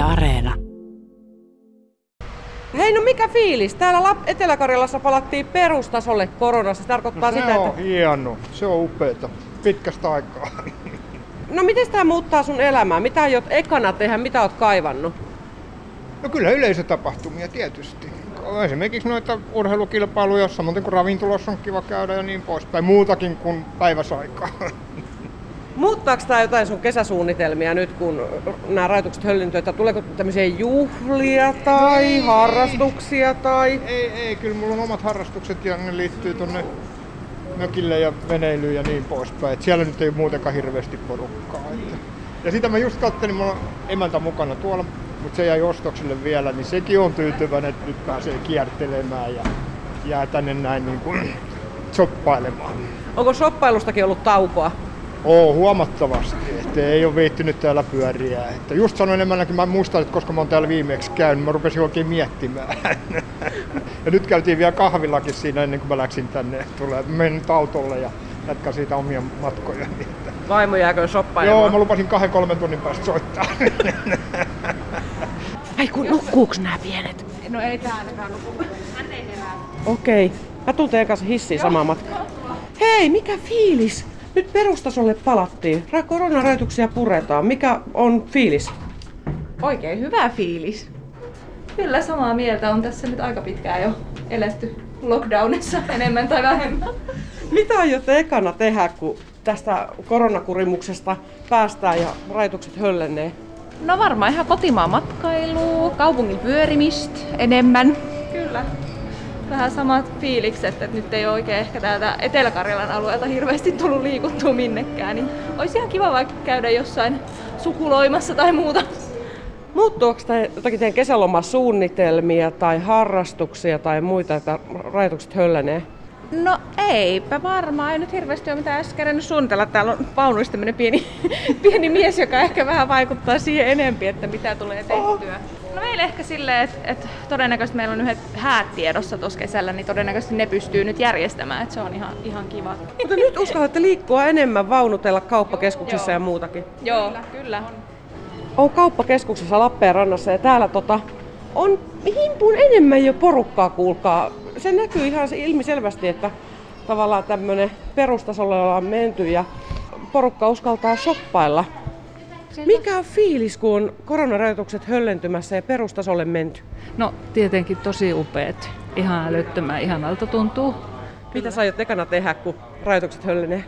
Areena. Hei, no mikä fiilis? Täällä Etelä-Karjalassa palattiin perustasolle koronassa. Se tarkoittaa no, sitä, että... Se on hieno. Se on upeeta. Pitkästä aikaa. No miten tämä muuttaa sun elämää? Mitä aiot ekana tehdä? Mitä oot kaivannut? No kyllä yleisötapahtumia tietysti. Esimerkiksi noita urheilukilpailuja, samoin kuin ravintolassa on kiva käydä ja niin poispäin. Muutakin kuin päiväsaikaa. Muuttaako tämä jotain sun kesäsuunnitelmia nyt, kun nämä rajoitukset höllintyy? Että tuleeko tämmöisiä juhlia tai harrastuksia? Tai... Ei, kyllä mulla on omat harrastukset ja ne liittyy tonne mökille ja veneilyyn ja niin poispäin. Et siellä nyt ei muutenkaan hirveästi porukkaa. Ja sitä mä just katselin, mulla on emäntä mukana tuolla, mutta se jäi ostoksille vielä, niin sekin on tyytyväinen, että nyt pääsee kiertelemään ja jää tänne näin niin kuin shoppailemaan. Onko shoppailustakin ollut taukoa? Huomattavasti, että ei ole viittynyt täällä pyöriä. Että just sanoin enemmänkin, mä muistan, että koska mä oon täällä viimeksi käynyt, mä rupesin oikein miettimään. Ja nyt käytiin vielä kahvillakin siinä ennen kuin mä läksin tänne. Menin nyt autolle ja jatkan siitä omia matkoja. Vaimo jääkö shoppailemaan? Joo, mä lupasin 2-3 tunnin päästä soittaa. Ai kun nukkuuks nää pienet? No ei tää ainakaan nuku. Hän ei herää. Okei. Mä tuun teidän kanssa hissiin samaan matkaan. Hei, mikä fiilis? Nyt perustasolle palattiin. Koronarajoituksia puretaan. Mikä on fiilis? Oikein hyvä fiilis. Kyllä samaa mieltä, on tässä nyt aika pitkään jo eletty lockdownissa enemmän tai vähemmän. Mitä aiotte ekana tehdä, kun tästä koronakurimuksesta päästään ja rajoitukset höllenee? No varmaan ihan kotimaan matkailua, kaupungin pyörimistä enemmän. Kyllä. Vähän samat fiilikset, että nyt ei ole oikein ehkä täältä Etelä-Karjalan alueelta hirveästi tullut liikuttua minnekään, niin olisi ihan kiva vaikka käydä jossain sukuloimassa tai muuta. Muuttuuko jotakin teidän kesälomasuunnitelmia tai harrastuksia tai muita, että rajoitukset höllenee? No eipä varmaan, ei nyt hirveästi ole mitään äsken kerennyt suunnitella. Täällä on vaunuissa tämmönen pieni mies, joka ehkä vähän vaikuttaa siihen enempi, että mitä tulee tehtyä. No meillä ehkä silleen, että todennäköisesti meillä on yhdet häät tiedossa tuossa kesällä, niin todennäköisesti ne pystyy nyt järjestämään, että se on ihan kiva. Mutta nyt uskallatte liikkua enemmän, vaunutella kauppakeskuksissa ja muutakin. Joo, kyllä on. On kauppakeskuksessa Lappeenrannassa ja täällä on himpun enemmän jo porukkaa, kuulkaa. Se näkyy ihan ilmiselvästi, että tavallaan tämmönen perustasolla ollaan menty ja porukka uskaltaa shoppailla. Mikä on fiilis, kun on koronarajoitukset höllentymässä ja perustasolle menty? No tietenkin tosi upeat. Ihan älyttömän ihanalta tuntuu. Mitä sä aiot ekana tehdä, kun rajoitukset höllenee?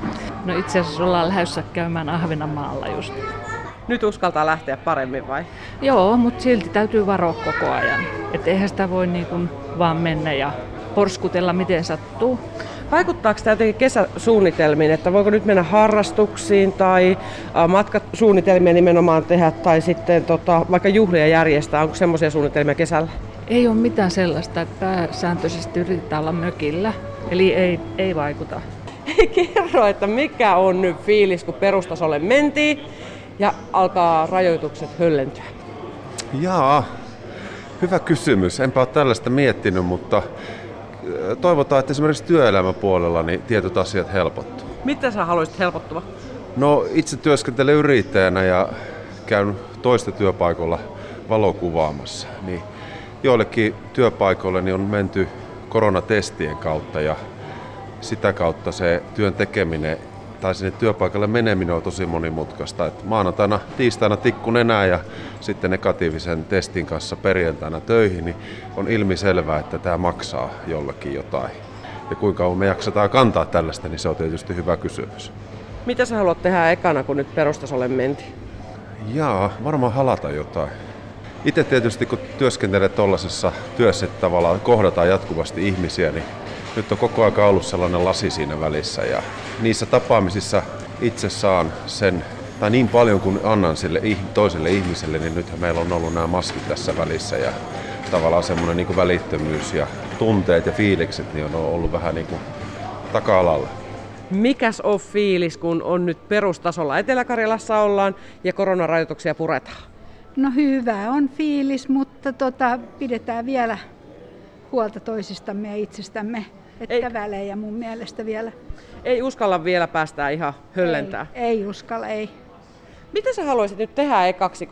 No itse asiassa ollaan lähdössä käymään Ahvenanmaalla just. Nyt uskaltaa lähteä paremmin vai? Joo, mutta silti täytyy varoa koko ajan. Että eihän sitä voi niin kuin vaan mennä ja porskutella miten sattuu. Vaikuttaako tämä jotenkin kesäsuunnitelmiin, että voiko nyt mennä harrastuksiin tai matkasuunnitelmia nimenomaan tehdä tai sitten vaikka juhlia järjestää? Onko semmoisia suunnitelmia kesällä? Ei ole mitään sellaista, että pääsääntöisesti yritetään olla mökillä, eli ei vaikuta. Kerro, että mikä on nyt fiilis, kun perustasolle mentiin ja alkaa rajoitukset höllentyä? Jaa, hyvä kysymys. Enpä ole tällaista miettinyt, mutta toivotaan, että esimerkiksi työelämän puolella niin tietyt asiat helpottuu. Mitä sä haluaisit helpottua? No itse työskentelen yrittäjänä ja käyn toista työpaikalla valokuvaamassa. Niin joillekin työpaikoille niin on menty koronatestien kautta ja sitä kautta se työn tekeminen tai sinne työpaikalle meneminen on tosi monimutkaista. Et maanantaina, tiistaina tikku nenää ja sitten negatiivisen testin kanssa perjantaina töihin, niin on ilmiselvää, että tämä maksaa jollakin jotain. Ja kuinka kauan me jaksetaan kantaa tällaista, niin se on tietysti hyvä kysymys. Mitä sä haluat tehdä ekana, kun nyt perustasolle mentiin? Jaa, varmaan halata jotain. Itse tietysti kun työskentelee tuollaisessa työssä, että tavallaan kohdataan jatkuvasti ihmisiä, niin nyt on koko ajan ollut sellainen lasi siinä välissä ja niissä tapaamisissa itse saan sen, tai niin paljon kuin annan sille toiselle ihmiselle, niin nythän meillä on ollut nämä maskit tässä välissä ja tavallaan semmoinen niin kuin välittömyys ja tunteet ja fiilikset niin on ollut vähän niin kuin taka-alalla. Mikäs on fiilis, kun on nyt perustasolla Etelä-Karjalassa ollaan ja koronarajoituksia puretaan? No hyvä on fiilis, mutta pidetään vielä huolta toisistamme ja itsestämme. Että välejä mun mielestä vielä. Ei uskalla vielä päästää ihan höllentää? Ei uskalla, ei. Mitä sä haluaisit nyt tehdä ekaksi, kun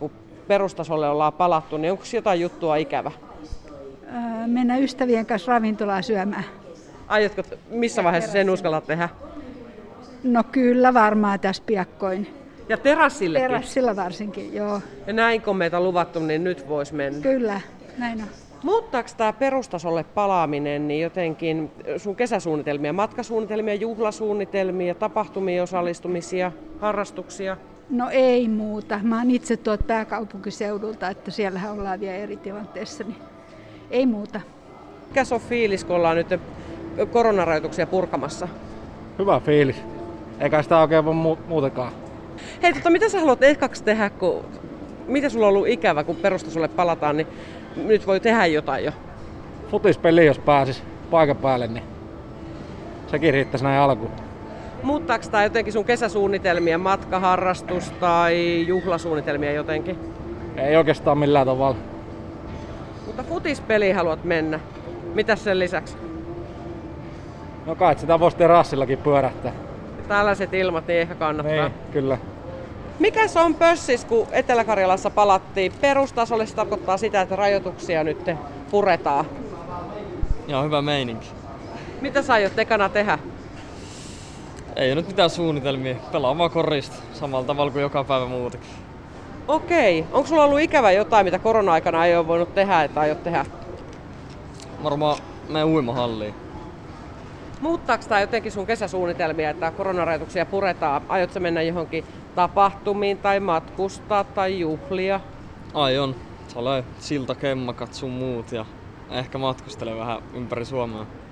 perustasolle ollaan palattu, niin onko jotain juttua ikävä? Mennä ystävien kanssa ravintolaan syömään. Aiotko, missä vaiheessa sen uskallat tehdä? No kyllä varmaan tässä piakkoin. Ja terassillekin? Terassilla varsinkin, joo. Ja näin kun meitä on luvattu, niin nyt vois mennä. Kyllä, näin on. Muuttaako tämä perustasolle palaaminen niin jotenkin sun kesäsuunnitelmia, matkasuunnitelmia, juhlasuunnitelmia, tapahtumia, osallistumisia, harrastuksia? No ei muuta. Mä oon itse tuolta pääkaupunkiseudulta, että siellähän ollaan vielä eri tilanteessa, niin ei muuta. Mikäs on fiilis, kun ollaan nyt koronarajoituksia purkamassa? Hyvä fiilis. Eikä sitä oikein voi muutenkaan. Hei, mitä sä haluat ekaksi tehdä, mitä sulla on ollut ikävä, kun perustasolle palataan, niin nyt voi tehdä jotain jo? Futispeli, jos pääsis paikan päälle, niin sekin riittäisi näin alkuun. Muuttaako tämä jotenkin sun kesäsuunnitelmia, matkaharrastus tai juhlasuunnitelmia jotenkin? Ei oikeastaan millään tavalla. Mutta futispeliin haluat mennä. Mitäs sen lisäksi? No kai sitä voisi terassillakin pyörähtää. Tällaiset ilmat, niin ehkä kannattaa. Niin, kyllä. Mikäs on pössis, kun Etelä-Karjalassa palattiin perustasolle? Se tarkoittaa sitä, että rajoituksia nyt puretaan. Ihan hyvä meininki. Mitä sä aiot ekana tehdä? Ei ole nyt mitään suunnitelmia. Pelaa vaan korista samalla tavalla kuin joka päivä muutenkin. Okei. Onko sulla ollut ikävä jotain, mitä korona-aikana ei ole voinut tehdä tai aiot tehdä? Varmaan menen uimahalliin. Muuttaako tämä jotenkin sun kesäsuunnitelmia, että koronarajoituksia puretaan? Aiotko mennä johonkin tapahtumiin tai matkustaa tai juhlia? Aion. Tulee siltakemmakat sun muut ja ehkä matkustelen vähän ympäri Suomea.